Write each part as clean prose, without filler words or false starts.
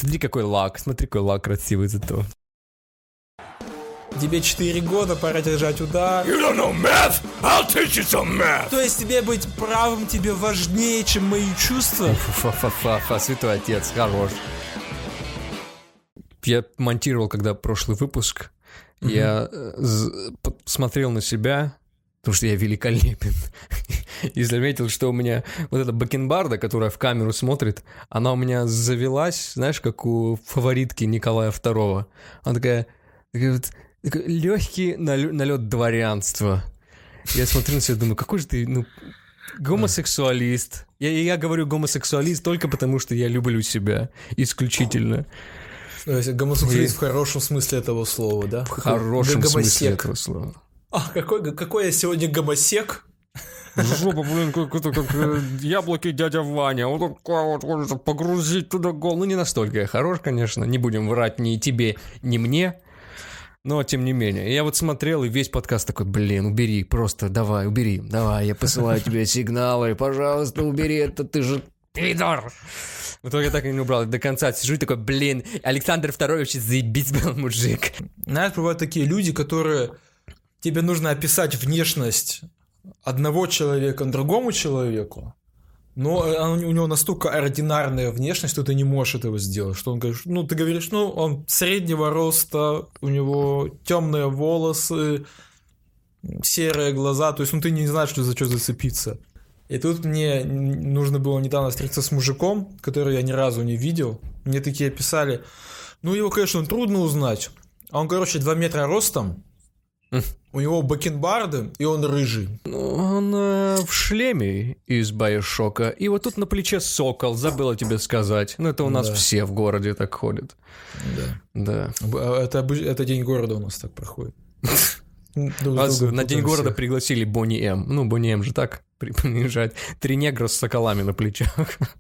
Смотри, какой лак красивый зато. Тебе 4 года, пора держать удар. You don't know math? I'll teach you some math. То есть тебе быть правым тебе важнее, чем мои чувства? Фа-фа-фа, святой отец, хорош. Я монтировал, когда прошлый выпуск, я смотрел на себя, потому что я великолепен, и заметил, что у меня вот эта бакенбарда, которая в камеру смотрит, она у меня завелась, знаешь, как у фаворитки Николая II. Она такая вот, легкий налет дворянства. Я смотрю на себя, думаю, какой же ты, гомосексуалист. Я говорю гомосексуалист только потому, что я люблю себя исключительно. То есть гомосексуалист в хорошем смысле этого слова, да? В хорошем смысле этого слова. Какой я сегодня гомосек? Жопа, блин, как яблоки дядя Ваня. Вот такая вот, хочется погрузить туда голову. Ну, не настолько я хорош, конечно. Не будем врать ни тебе, ни мне. Но, тем не менее. Я вот смотрел, и весь подкаст такой, блин, убери, просто давай, убери. Давай, я посылаю тебе сигналы, пожалуйста, убери это, ты же пидор. В итоге я так и не убрал. До конца сижу и такой, блин, Александр II вообще заебись был мужик. Знаешь, бывают такие люди, которые... Тебе нужно описать внешность одного человека другому человеку, но у него настолько ординарная внешность, что ты не можешь этого сделать. Что он говорит, ты говоришь, он среднего роста, у него темные волосы, серые глаза, то есть ты не знаешь, за что зацепиться. И тут мне нужно было недавно встретиться с мужиком, который я ни разу не видел. Мне такие писали, его, конечно, трудно узнать. А он, 2 метра ростом, у него бакенбарды, и он рыжий. Он в шлеме из Байошока. И вот тут на плече сокол, забыла тебе сказать. Это у нас все в городе так ходят. Да. Это День города у нас так проходит. Вас на День города пригласили Бонни М. Бонни М же так приезжает. 3 негра с соколами на плечах.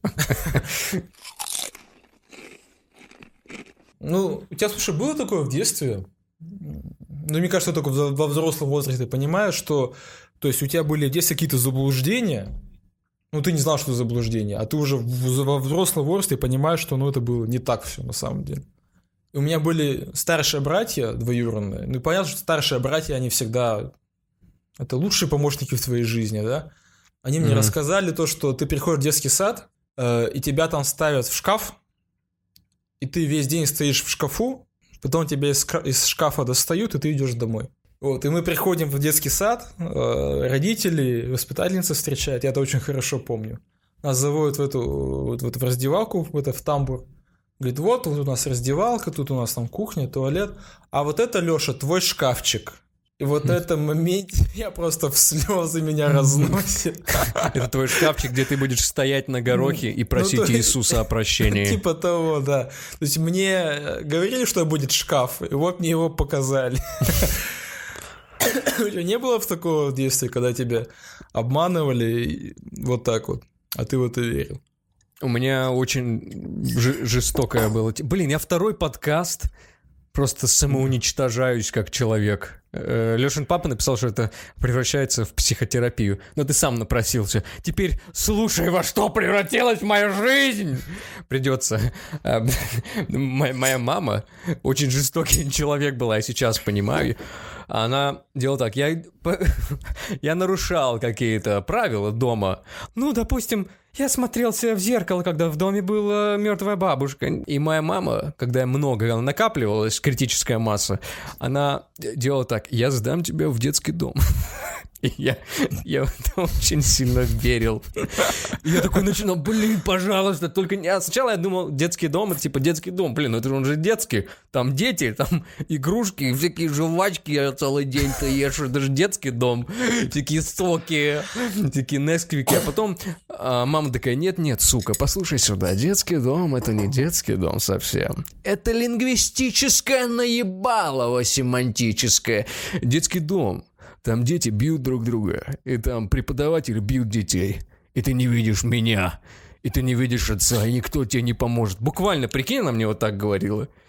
У тебя, слушай, было такое в детстве? Мне кажется, только во взрослом возрасте ты понимаешь, что... То есть у тебя были в детстве какие-то заблуждения, ты не знал, что это заблуждение, а ты уже во взрослом возрасте понимаешь, что это было не так все на самом деле. И у меня были старшие братья двоюродные, понятно, что старшие братья, они всегда... Это лучшие помощники в твоей жизни, да? Они мне рассказали то, что ты приходишь в детский сад, и тебя там ставят в шкаф, и ты весь день стоишь в шкафу, потом тебя из шкафа достают, и ты идешь домой. И мы приходим в детский сад, родители, воспитательница встречает, я это очень хорошо помню. Нас заводят в эту раздевалку, в тамбур. Говорит, вот у нас раздевалка, тут у нас там кухня, туалет, а вот это, Лёша, твой шкафчик. И в этом моменте я просто в слезы меня разносит. Это твой шкафчик, где ты будешь стоять на горохе и просить Иисуса о прощении. Типа того, да. То есть мне говорили, что будет шкаф, и вот мне его показали. Не было в такого детстве, когда тебя обманывали вот так вот, а ты в это верил? У меня очень жестокое было. Блин, я второй подкаст просто самоуничтожаюсь как человек. Лёшин папа написал, что это превращается в психотерапию. Но ты сам напросился. Теперь слушай, во что превратилась моя жизнь. Придется. Моя мама очень жестокий человек была, я сейчас понимаю. Она делала так. Я нарушал какие-то правила дома. Допустим, я смотрел себя в зеркало, когда в доме была мертвая бабушка. И моя мама, когда много накапливалась, критическая масса, она делала так: я сдам тебя в детский дом. И я в это очень сильно верил. И я такой начинал, пожалуйста, только не... А сначала я думал, детский дом, это типа детский дом. Это он же детский. Там дети, там игрушки, всякие жвачки я целый день-то ешь. Это же детский дом. Всякие соки, всякие несквики. А потом мама такая, нет, сука, послушай сюда. Детский дом — это не детский дом совсем. Это лингвистическое наебалово семантическое. Детский дом. Там дети бьют друг друга, и там преподаватели бьют детей. И ты не видишь меня, и ты не видишь отца, и никто тебе не поможет. Буквально, прикинь, она мне вот так говорила.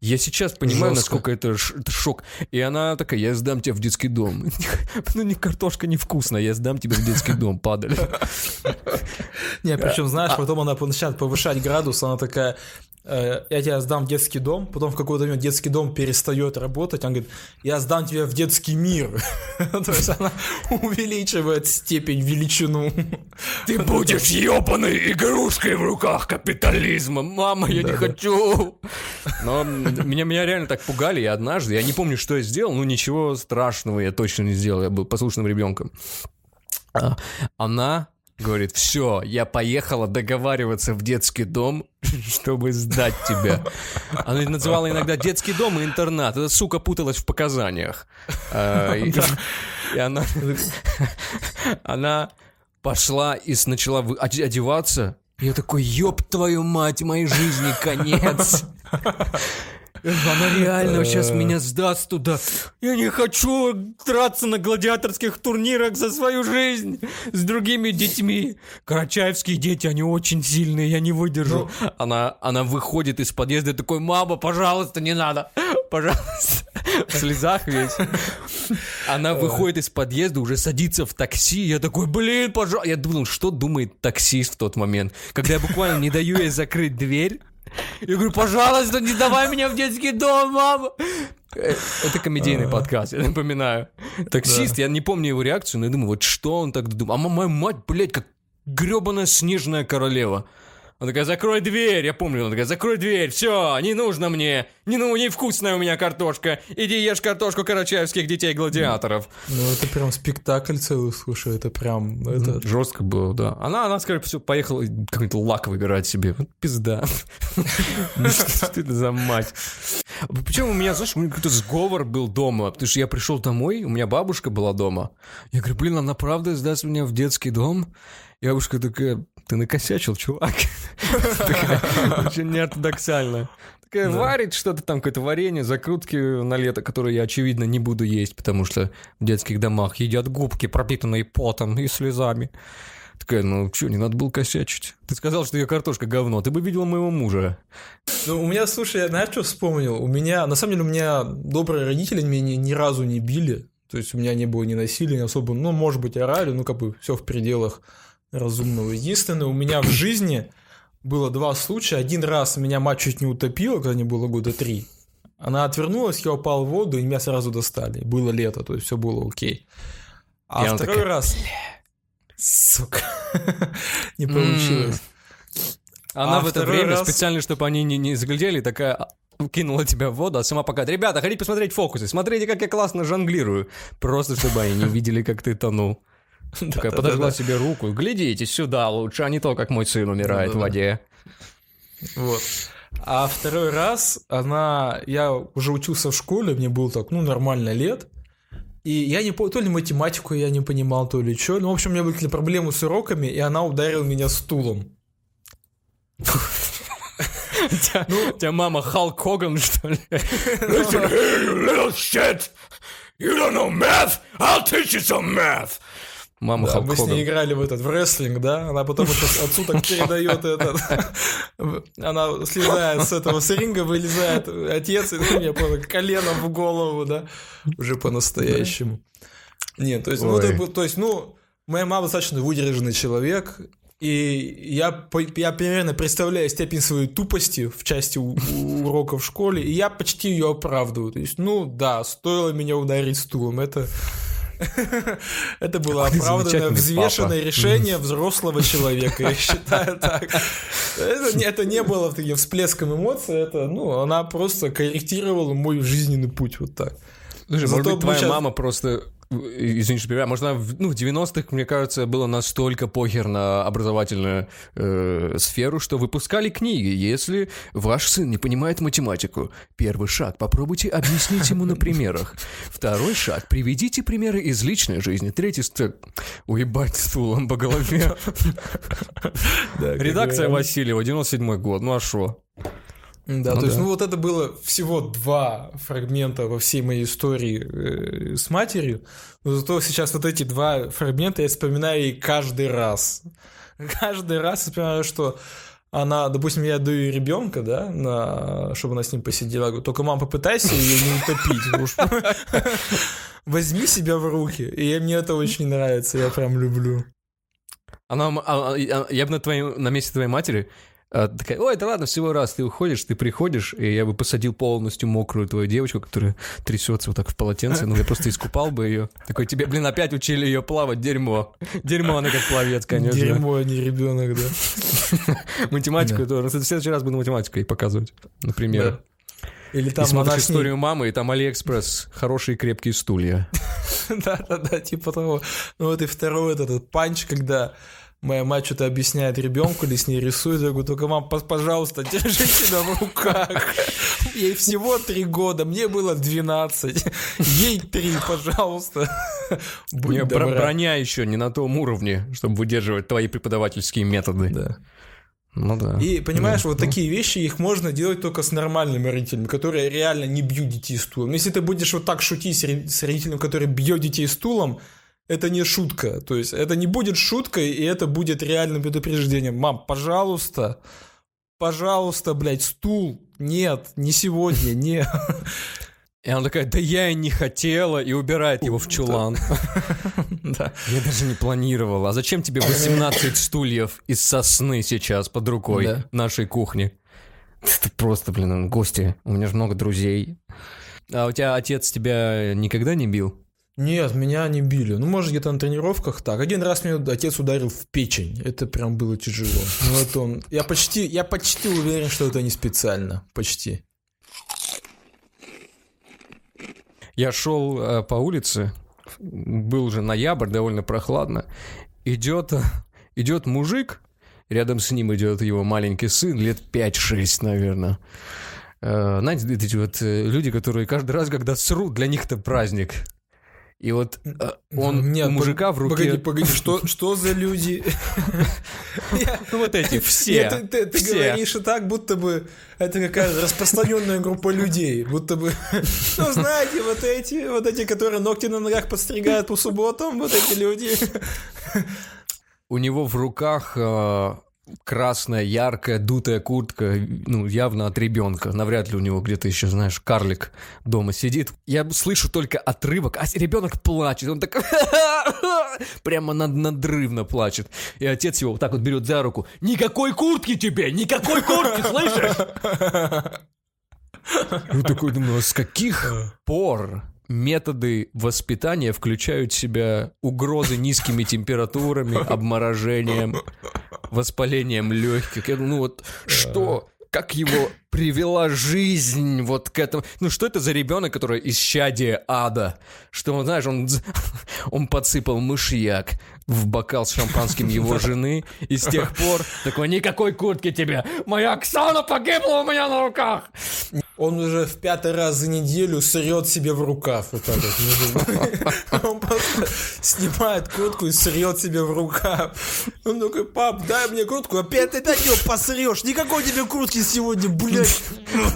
Я сейчас понимаю, Жестко. насколько это шок. И она такая, я сдам тебя в детский дом. Ну, не картошка невкусная, я сдам тебя в детский дом, падали. Не, причем, знаешь, потом она начинает повышать градус, она такая, я тебя сдам в детский дом, потом в какой-то момент детский дом перестает работать, она говорит, я сдам тебя в детский мир. То есть она увеличивает степень, величину. Ты будешь ёбаной игрушкой в руках капитализма. Мама, я не хочу. Но меня реально так пугали. И однажды, я не помню, что я сделал, но ничего страшного я точно не сделал. Я был послушным ребенком. Она говорит, все, я поехала договариваться в детский дом, чтобы сдать тебя. Она называла иногда детский дом и интернат. Эта сука путалась в показаниях. И она пошла и начала одеваться. Я такой, ёб твою мать, моей жизни конец. Она реально сейчас меня сдаст туда. Я не хочу драться на гладиаторских турнирах за свою жизнь с другими детьми. Карачаевские дети, они очень сильные, я не выдержу. Она выходит из подъезда и такой, мама, пожалуйста, не надо. Пожалуйста. В слезах весь. Она выходит из подъезда, уже садится в такси. Я такой, блин, пожалуйста. Я думал, что думает таксист в тот момент, когда я буквально не даю ей закрыть дверь. Я говорю, пожалуйста, не давай меня в детский дом, мама. Это комедийный подкаст, я напоминаю. Таксист, я не помню его реакцию, но я думаю, вот что он так думал. А моя мать, блядь, как гребаная снежная королева. Она такая, закрой дверь, я помню, она такая, закрой дверь, все, не нужно мне, невкусная у меня картошка, иди ешь картошку карачаевских детей-гладиаторов. Ну, это прям спектакль целый, слушай, это прям... Это... Жестко было, да. Она, скажем, все, поехала какой-то лак выбирать себе, вот пизда. Что это за мать? Причем у меня, знаешь, какой-то сговор был дома, потому что я пришел домой, у меня бабушка была дома. Я говорю, блин, она правда сдаст меня в детский дом? И бабушка такая, ты накосячил, чувак. Такая, очень неортодоксально. Такая, варит что-то там, какое-то варенье, закрутки на лето, которые я, очевидно, не буду есть, потому что в детских домах едят губки, пропитанные потом и слезами. Такая, ну что, не надо было косячить. Ты сказал, что ее картошка говно, ты бы видела моего мужа. Ну, у меня, слушай, я знаешь, что вспомнил? На самом деле, у меня добрые родители меня ни разу не били. То есть у меня не было ни насилия, ни особо, ну, может быть, орали, ну, как бы все в пределах разумного. Единственное, у меня в жизни было 2 случая. Один раз меня мать чуть не утопила, когда мне было года 3. Она отвернулась, я упал в воду, и меня сразу достали. Было лето, то есть все было окей. А и второй раз... Сука. Не получилось. Она в это время, специально, чтобы они не заглядели, такая... кинула тебя в воду, а сама пока, ребята, хотите посмотреть фокусы, смотрите, как я классно жонглирую. Просто, чтобы они не видели, как ты тонул. Такая подожгла себе руку. Глядите сюда лучше, а не то, как мой сын умирает в воде. Вот. А второй раз я уже учился в школе, мне было так, нормально лет. И я не помню, то ли математику я не понимал, то ли что. Ну, в общем, у меня были какие-то проблемы с уроками, и она ударила меня стулом. У тебя мама Халк Хоган, что ли? Listen here, you little shit! You don't know math? I'll teach you some math! Мама Халк Мы с Хоган. ней играли в рестлинг, да? Она потом отцу так передает Она слезает с этого с ринга, вылезает отец, и мне коленом в голову, да? Уже по-настоящему. Нет, то есть, моя мама достаточно выдержанный человек, и я примерно представляю степень своей тупости в части урока в школе, и я почти ее оправдываю. То есть, да, стоило меня ударить стулом, это было оправданное, взвешенное решение взрослого человека, я считаю так. Это не было таким всплеском эмоций, она просто корректировала мой жизненный путь вот так. Слушай, может быть, твоя мама просто... Извини, что перебиваю. Может, она в 90-х, мне кажется, было настолько похер на образовательную сферу, что выпускали книги. Если ваш сын не понимает математику, первый шаг — попробуйте объяснить ему на примерах. Второй шаг — приведите примеры из личной жизни. Третий — уебать стулом по голове. Редакция Васильева, 97-й год. Ну а шо? Да, то есть, вот это было всего 2 фрагмента во всей моей истории с матерью, но зато сейчас вот эти 2 фрагмента я вспоминаю и каждый раз. Каждый раз вспоминаю, что она, допустим, я даю ребенка, да, чтобы она с ним посидела, говорю, только, мам, попытайся ее не утопить. Возьми себя в руки. И мне это очень нравится, я прям люблю. Я бы на месте твоей матери такая: ой, да ладно, всего раз ты уходишь, ты приходишь, и я бы посадил полностью мокрую твою девочку, которая трясется вот так в полотенце, я просто искупал бы ее. Такой: тебе, опять учили ее плавать, дерьмо. Дерьмо, она как пловец, конечно. Дерьмо, а не ребенок, да. Математику тоже. В следующий раз буду математику ей показывать, например. Или там и смотришь историю мамы, и там Алиэкспресс, хорошие крепкие стулья. Да, типа того. Ну вот и второй этот панч, когда моя мать что-то объясняет ребенку или с ней рисует, я говорю: только, мам, пожалуйста, держи себя в руках. Ей всего 3 года, мне было 12. Ей 3, пожалуйста. Броня еще не на том уровне, чтобы выдерживать твои преподавательские методы. Да. Ну да. И понимаешь, вот такие вещи, их можно делать только с нормальными родителями, которые реально не бьют детей стулом. Если ты будешь вот так шутить с родителем, который бьет детей стулом, это не шутка. То есть это не будет шуткой, и это будет реальным предупреждением. Мам, пожалуйста, блядь, стул. Нет, не сегодня, нет. И она такая: да я и не хотела, и убирает его в чулан. Да. Я даже не планировала. А зачем тебе 18 стульев из сосны сейчас под рукой нашей кухни? Это просто, гости. У меня же много друзей. А у тебя отец тебя никогда не бил? Нет, меня не били. Ну, может, где-то на тренировках так. Один раз меня отец ударил в печень. Это прям было тяжело. Ну, это он... Я почти уверен, что это не специально. Почти. Я шел по улице, был уже ноябрь, довольно прохладно. Идет мужик, рядом с ним идет его маленький сын, лет 5-6, наверное. Знаете, эти вот люди, которые каждый раз, когда срут, для них это праздник. И вот он у мужика в руке... Погоди, что за люди? Вот эти все. Ты говоришь и так, будто бы это какая-то распространенная группа людей. Будто бы, ну, знаете, вот эти, которые ногти на ногах подстригают по субботам, вот эти люди. У него в руках красная, яркая, дутая куртка, ну, явно от ребенка. Навряд ли у него где-то еще, знаешь, карлик дома сидит. Я слышу только отрывок, а ребенок плачет. Он так прямо надрывно плачет. И отец его вот так вот берет за руку. Никакой куртки тебе! Никакой куртки, слышишь? Я такой думаю: с каких пор методы воспитания включают в себя угрозы низкими температурами, обморожением, воспалением легких? Я думаю, ну вот что, как его привела жизнь вот к этому? Ну что это за ребенок, который исчадие ада? Что, знаешь, он подсыпал мышьяк в бокал с шампанским его жены, и с тех пор такой: никакой куртки тебе, моя Оксана погибла у меня на руках. Он уже в 5-й раз за неделю срет себе в рукав. Вот так вот. Он просто снимает куртку и срет себе в рукав. Он такой: пап, дай мне куртку, опять ты ее посрешь. Никакой тебе куртки сегодня, блядь.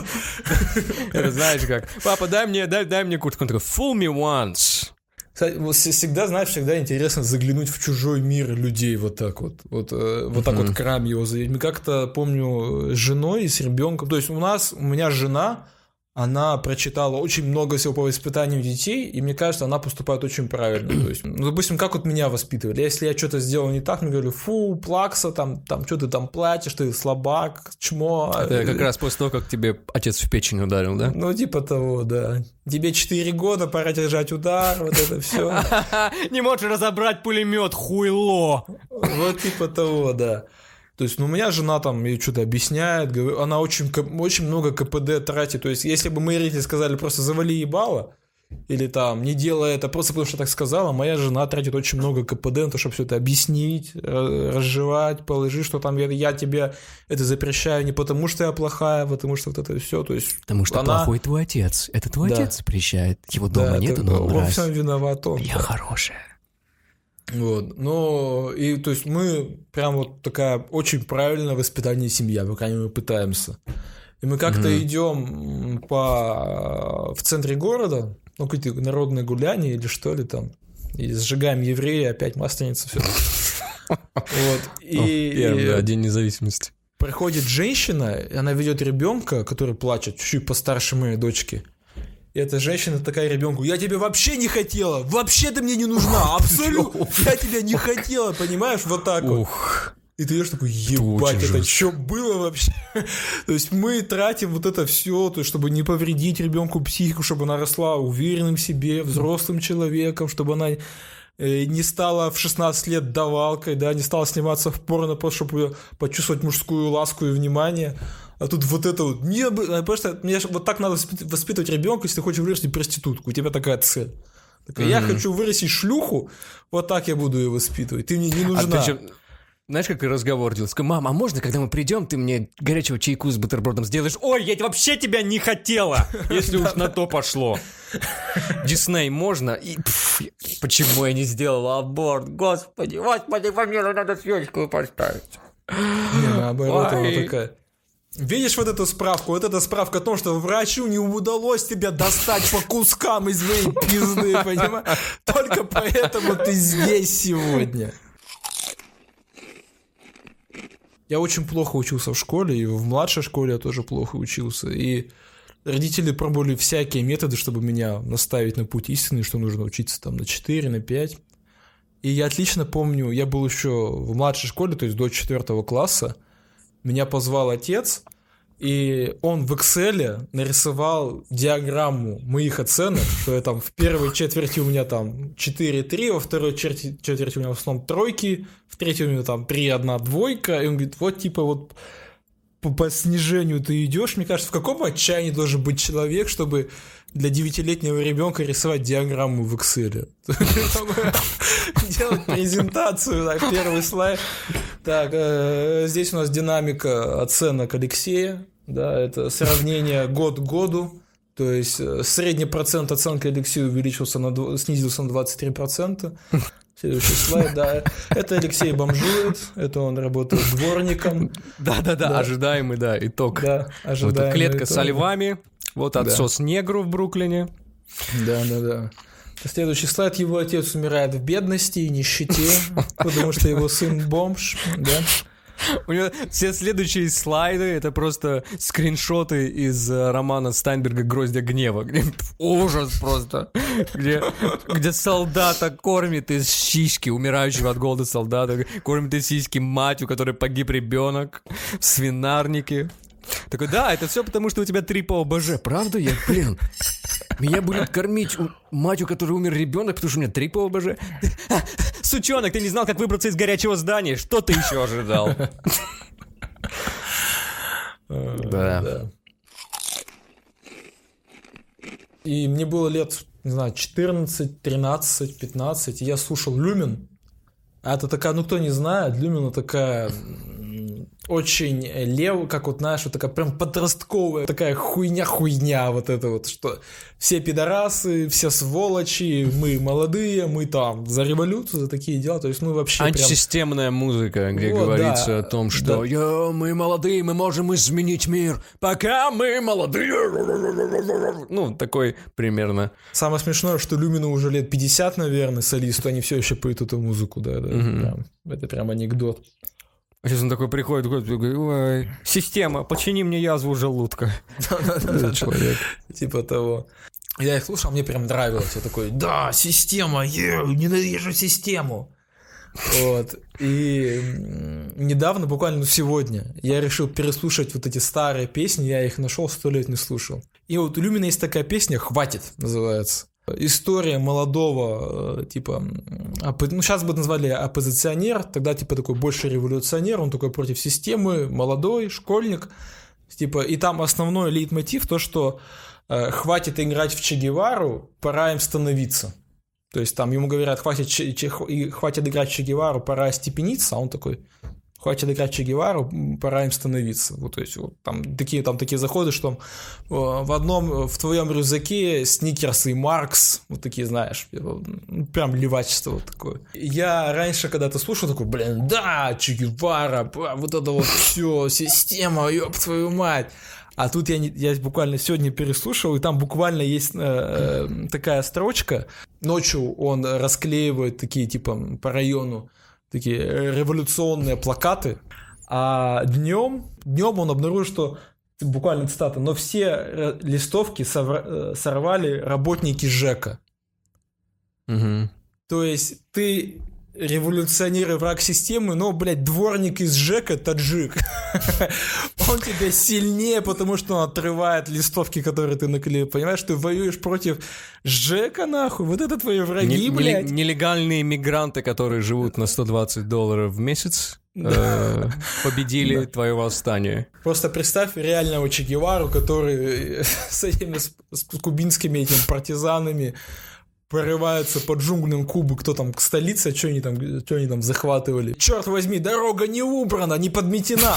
Это знаешь как: папа, дай мне куртку. Он такой: fool me once. Всегда интересно заглянуть в чужой мир людей вот так вот. Вот так вот к раме его заедем. Мы как-то, помню, с женой и с ребенком. То есть у меня жена, она прочитала очень много всего по воспитанию детей, и мне кажется, она поступает очень правильно. То есть, ну, допустим, как вот меня воспитывали. Если я что-то сделал не так, мне говорили: фу, плакса, там что ты там плачешь, ты слабак, чмо. Это как раз после того, как тебе отец в печень ударил, да? Ну, типа того, да. Тебе 4 года, пора держать удар, вот это все. Не можешь разобрать пулемет, хуйло. Вот типа того, да. То есть, ну, у меня жена там ей что-то объясняет, она очень много КПД тратит. То есть, если бы мои родители сказали просто завали ебало, или там не делай это просто потому, что так сказала, моя жена тратит очень много КПД на то, чтобы все это объяснить, разжевать, положить, что там я тебе это запрещаю не потому, что я плохая, а потому что вот это все. То есть, потому что плохой твой отец. Это твой отец запрещает. Его дома нету, но он во всем виноват он. Я хорошая. Вот, ну, и то есть мы прям вот такая очень правильное воспитание семья, по крайней мере, мы пытаемся. И мы как-то идем в центре города, ну, какие-то народные гуляния или что ли там, и сжигаем евреи, опять масленица, все. Вот. День независимости. Приходит женщина, и она ведет ребенка, который плачет, чуть-чуть постарше моей дочки. И эта женщина такая ребенку: я тебя вообще не хотела, вообще ты мне не нужна, абсолютно, я тебя не хотела, понимаешь, вот так вот. И ты идешь такой: ебать, это что было вообще? То есть мы тратим вот это все, то есть, чтобы не повредить ребенку психику, чтобы она росла уверенным в себе, взрослым человеком, чтобы она не стала в 16 лет давалкой, да, не стала сниматься в порно, просто чтобы почувствовать мужскую ласку и внимание. А тут вот это вот. Просто мне вот так надо воспитывать ребенка, если ты хочешь вырастить проститутку. У тебя такая цель. Такая, я хочу вырастить шлюху, вот так я буду ее воспитывать. Ты мне не нужна. Знаешь, как разговор делал? Сказал: мам, а можно, когда мы придем, ты мне горячего чайку с бутербродом сделаешь? Ой, я вообще тебя не хотела, если уж на то пошло. Дисней, можно? И почему я не сделала аборт? Господи, помилуй, надо свечку поставить. Не, наоборот, она такая. Видишь вот эту справку? Вот эта справка о том, что врачу не удалось тебя достать по кускам из моей пизды, понимаешь? Только поэтому ты здесь сегодня. Я очень плохо учился в школе, и в младшей школе я тоже плохо учился. И родители пробовали всякие методы, чтобы меня наставить на путь истины, что нужно учиться там на 4, на 5. И я отлично помню, я был еще в младшей школе, то есть до 4 класса. Меня позвал отец, и он в Excel нарисовал диаграмму моих оценок, что я там в первой четверти у меня там 4,3, во второй четверти у меня в основном тройки, в третьей у меня там 3,1 двойка, и он говорит: вот типа вот по снижению ты идешь. Мне кажется, в каком отчаянии должен быть человек, чтобы для 9-летнего ребенка рисовать диаграмму в Excel. Делать презентацию, так, первый слайд. Так, здесь у нас динамика оценок Алексея, да, это сравнение год к году, то есть средний процент оценки Алексея снизился на 23%. Следующий слайд, да, это Алексей бомжует, это он работает дворником. Да, ожидаемый, да, итог. Да, ожидаемый вот клетка итог. со львами, вот отсос негру в Бруклине. Да. Следующий слайд: его отец умирает в бедности и нищете, потому что его сын бомж, да. У него все следующие слайды — это просто скриншоты из романа Стайнберга «Гроздья гнева», где ужас просто, где солдата кормит из сиськи, умирающего от голода солдата, кормит из сиськи мать, у которой погиб ребенок в свинарнике. Такой: да, это все потому, что у тебя 3 по ОБЖ. Правда? Меня будет кормить мать, у которой умер ребенок, потому что у меня 3 по ОБЖ. Сучонок, ты не знал, как выбраться из горячего здания? Что ты еще ожидал? Да. И мне было лет, не знаю, 14, 13, 15, и я слушал Люмен. А это такая, ну кто не знает, Люмен такая очень левая, как вот, знаешь, вот такая прям подростковая, такая хуйня вот это вот, что все пидорасы, все сволочи, мы молодые, мы там за революцию, за такие дела, то есть мы вообще антисистемная музыка, где говорится о том, что мы молодые, мы можем изменить мир, пока мы молодые. Ну, такой примерно. Самое смешное, что Люмину уже лет 50, наверное, солисту, они все еще поют эту музыку, да. Это прям анекдот. А сейчас он такой приходит, ой, система, почини мне язву желудка. Человек. Типа того. Я их слушал, мне прям нравилось. Я такой: да, система, ненавижу систему. Вот. И недавно, буквально сегодня, я решил переслушать вот эти старые песни, я их нашел, 100 лет не слушал. И вот у Люмина есть такая песня «Хватит» называется. История молодого, типа, ну, сейчас бы назвали оппозиционер, тогда, типа, такой больше революционер, он такой против системы, молодой, школьник, типа, и там основной лейтмотив то, что хватит играть в Че Гевару, пора им становиться. То есть там ему говорят: хватит играть в Че Гевару, пора остепениться, а он такой: хватит играть в Че Гевару, пора им становиться. Вот, то есть вот, там такие заходы, что в твоем рюкзаке сникерсы и Маркс, вот такие, знаешь, прям левачество вот такое. Я раньше когда-то слушал, такой: блин, да, Че Гевара, вот это вот все, система, ёб твою мать. А тут я буквально сегодня переслушал, и там буквально есть такая строчка. Ночью он расклеивает такие, типа, по району такие революционные плакаты, А днем он обнаружил, что, буквально цитата, но все листовки сорвали работники ЖЭКа. Угу. То есть ты революционер и враг системы, но, блядь, дворник из ЖЭКа таджик. Он тебя сильнее, потому что он отрывает листовки, которые ты наклеил. Понимаешь, ты воюешь против ЖЭКа, нахуй. Вот это твои враги, блядь. Нелегальные мигранты, которые живут на $120 в месяц, победили твое восстание. Просто представь реального Че Гевару, который с этими с кубинскими этими партизанами прорываются по джунглям Кубы, кто там к столице, что они там захватывали. Черт возьми, дорога не убрана, не подметена.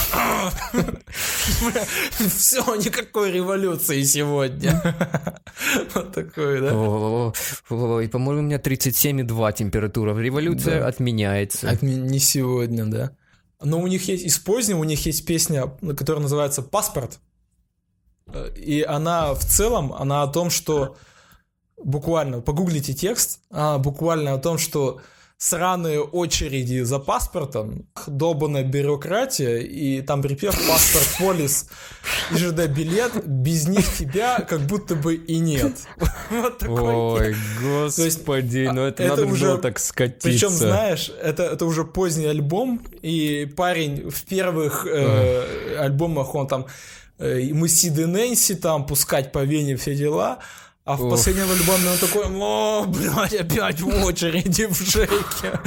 Все, никакой революции сегодня. Вот такой, да? Ой, по-моему, у меня 37,2 температура. Революция отменяется. Не сегодня, да. Но у них есть, из позднего у них есть песня, которая называется «Паспорт». И она в целом, она о том, что буквально, погуглите текст, буквально о том, что сраные очереди за паспортом, долбаная бюрократия, и там припев «Паспорт, полис и ЖД-билет», без них тебя как будто бы и нет. Вот такой. Ой, господи, ну это надо было так скатиться. Причем, знаешь, это уже поздний альбом, и парень в первых альбомах, он там «Мы Сид и Нэнси», там «Пускать по Вене», все дела. А в последнем альбоме он такой: о, блядь, опять в очереди в ЖЭКе.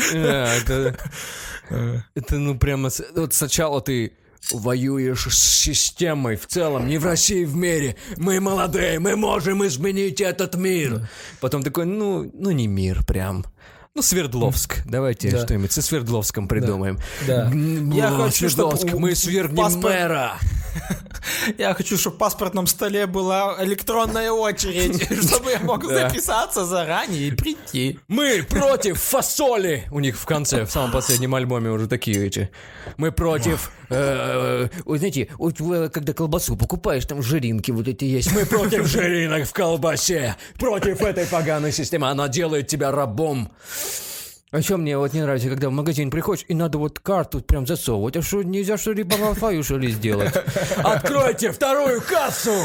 Это ну прямо... Вот сначала ты воюешь с системой в целом, не в России, в мире. Мы молодые, мы можем изменить этот мир. Потом такой, ну не мир прям. Ну, Свердловск. Давайте что-нибудь со Свердловском придумаем. Да. Я хочу, чтобы мы свергнем мэра. Я хочу, чтобы в паспортном столе была электронная очередь, чтобы я мог записаться заранее и прийти. Мы против фасоли. У них в конце, в самом последнем альбоме уже такие эти. Мы против... знаете, когда колбасу покупаешь, там жиринки вот эти есть. Мы против жиринок в колбасе. Против этой поганой системы. Она делает тебя рабом. А еще мне вот не нравится, когда в магазин приходишь, и надо вот карту прям засовывать. А что, нельзя что ли по Wi-Fi, что ли, сделать? Откройте вторую кассу!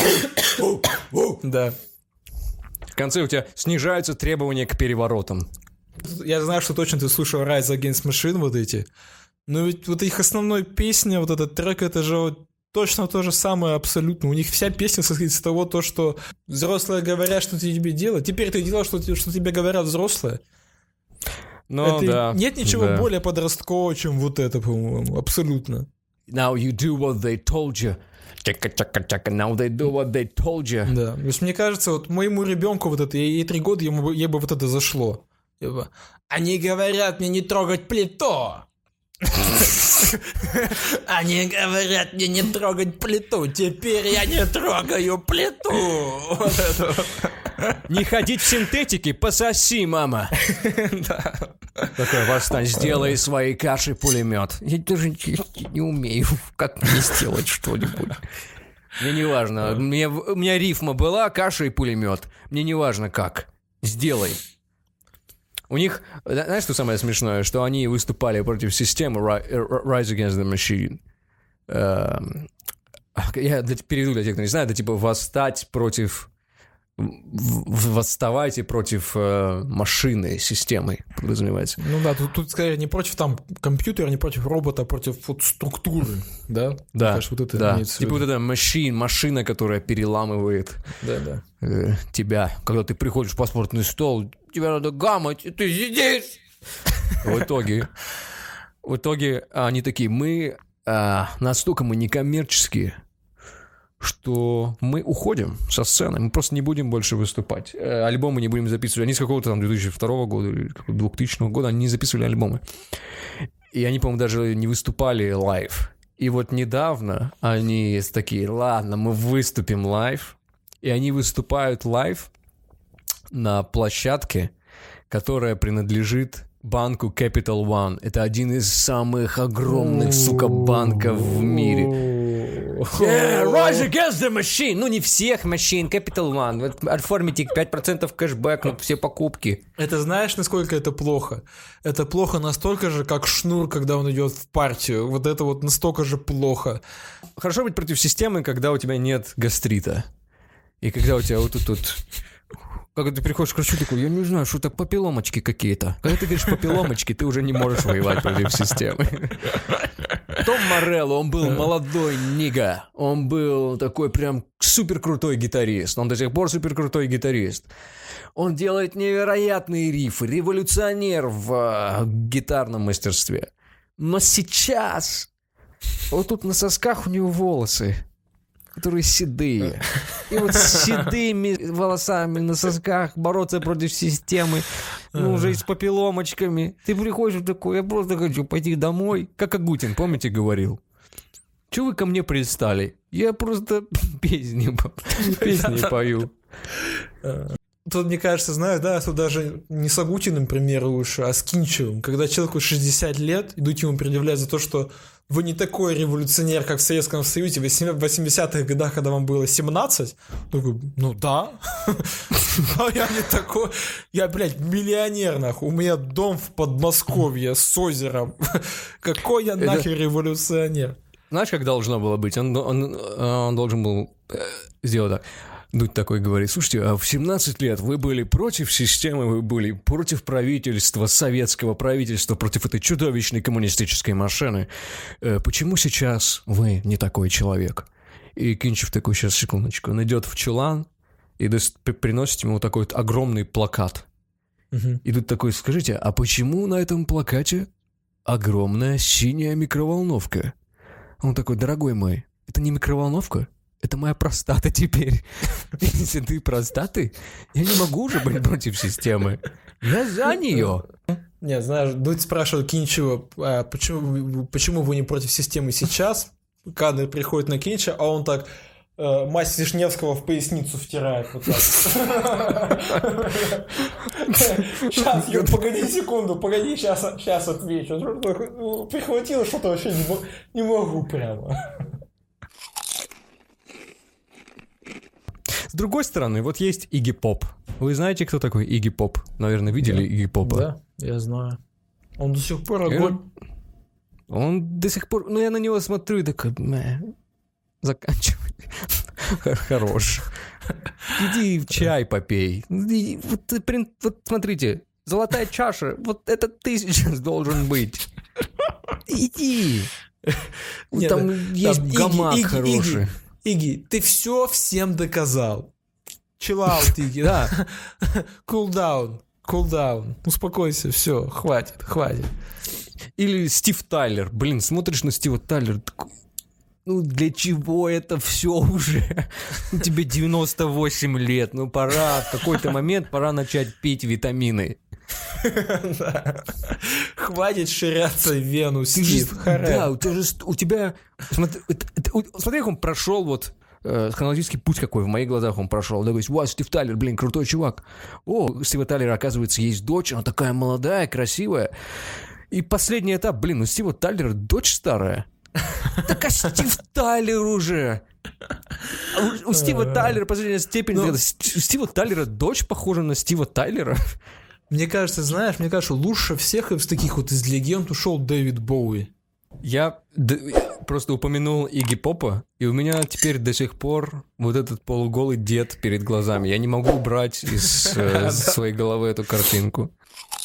Да. В конце у тебя снижаются требования к переворотам. Я знаю, что точно ты слушал Rise Against Machine вот эти. Но ведь вот их основной песня, вот этот трек, это же вот точно то же самое абсолютно. У них вся песня состоит из того, то, что взрослые говорят, что тебе делать. Теперь ты делаешь, что тебе говорят взрослые. Ну, да. Нет ничего более подросткового, чем вот это, по-моему. Абсолютно. Now you do what they told you. Чака-чака-чака. Now they do what they told you. Да. То есть мне кажется, вот моему ребенку вот это, ей 3 года, ей бы вот это зашло. Они говорят мне не трогать плиту. Они говорят мне не трогать плиту. Теперь я не трогаю плиту. Не ходить в синтетике, пососи, мама. Такой восстань, сделай из своей каши пулемет. Я даже не умею, как мне сделать что-нибудь. Мне не важно. У меня рифма была, каша и пулемет. Мне не важно как. Сделай. У них, знаешь, что самое смешное? Что они выступали против системы Rise Against the Machine. Я переведу для тех, кто не знает. Это типа восставайте против машины, системы, подразумевается. Ну да, тут скорее не против там компьютера, не против робота, а против вот структуры, да? Да, кажется, вот это да. Типа вот эта машина, которая переламывает тебя. Когда ты приходишь в паспортный стол, тебе надо гамать, и ты сидишь. В итоге они такие, настолько мы некоммерческие, что мы уходим со сцены, мы просто не будем больше выступать. Альбомы не будем записывать. Они с какого-то там 2002 года или 2000 года они не записывали альбомы. И они, по-моему, даже не выступали лайв. И вот недавно они такие, ладно, мы выступим лайв. И они выступают лайв на площадке, которая принадлежит банку Capital One. Это один из самых огромных, сука, банков в мире. Rise Against the Machine. Ну, не всех Machine, Capital One. Вот оформите 5% кэшбэк на все покупки. Это знаешь, насколько это плохо? Это плохо настолько же, как Шнур, когда он идет в партию. Вот это вот настолько же плохо. Хорошо быть против системы, когда у тебя нет гастрита. И когда у тебя вот тут... Когда ты приходишь к врачу, такой, я не знаю, что это папилломочки какие-то. Когда ты говоришь папилломочки, ты уже не можешь воевать против системы. Том Морелло, он был молодой нига. Он был такой прям супер крутой гитарист. Он до сих пор супер крутой гитарист. Он делает невероятные рифы, революционер в гитарном мастерстве. Но сейчас вот тут на сосках у него волосы, которые седые. И вот с седыми волосами на сосках бороться против системы, ну, уже с папилломочками. Ты приходишь такой, я просто хочу пойти домой. Как Агутин, помните, говорил? Чего вы ко мне пристали? Я просто песни пою. Тут, мне кажется, знаешь, да, тут даже не с Агутиным пример лучше, а с Кинчевым. Когда человеку 60 лет, идут ему предъявлять за то, что вы не такой революционер, как в Советском Союзе в 80-х годах, когда вам было 17. Такой, ну да. А я не такой. Я, блядь, миллионер, нахуй. У меня дом в Подмосковье с озером. Какой я нахер революционер? Знаешь, как должно было быть? Он должен был сделать так. Дудь такой говорит, слушайте, а в 17 лет вы были против системы, вы были против правительства, советского правительства, против этой чудовищной коммунистической машины. Почему сейчас вы не такой человек? И Кинчев такой, сейчас, секундочку, он идет в чулан и приносит ему вот такой вот огромный плакат. И тут такой, скажите, а почему на этом плакате огромная синяя микроволновка? Он такой, дорогой мой, это не микроволновка? Это моя простата теперь. Если ты простаты, я не могу уже быть против системы. Я за нее. Не, знаешь, Дудь спрашивает Кинчева, почему вы не против системы сейчас? Кадры приходят на Кинча, а он так мазь Вишневского в поясницу втирает. Вот так. Сейчас, погоди секунду, сейчас отвечу. Прихватило что-то вообще не могу прямо. С другой стороны, вот есть Игги Поп. Вы знаете, кто такой Игги Поп? Наверное, видели Игги Попа? Да, я знаю. Он до сих пор огонь. Он до сих пор... Ну, я на него смотрю и такой... Заканчивай. Хорош. Иди чай попей. Вот смотрите, золотая чаша. Вот это ты сейчас должен быть. Иди. Там есть гамак хороший. Игги, ты все всем доказал. Chill out, Игги, да. Cool down. Успокойся, все, хватит. Или Стив Тайлер. Блин, смотришь на Стива Тайлера, такой, ну для чего это все уже? Тебе 98 лет, ну пора, в какой-то момент пора начать пить витамины. Хватит ширяться в вену, Стив. Да, у тебя... Смотри, как он прошел вот хронологический путь какой в моих глазах он прошел. Да, говоришь, вау, Стив Тайлер, блин, крутой чувак. О, у Стива Тайлера, оказывается, есть дочь, она такая молодая, красивая. И последний этап, блин, у Стива Тайлера дочь старая. Так а Стив Тайлер уже... У Стива Тайлера последняя степень... У Стива Тайлера дочь похожа на Стива Тайлера. Мне кажется, лучше всех из таких вот из легенд ушел Дэвид Боуи. Я просто упомянул Игги Попа, и у меня теперь до сих пор вот этот полуголый дед перед глазами. Я не могу убрать из своей головы эту картинку.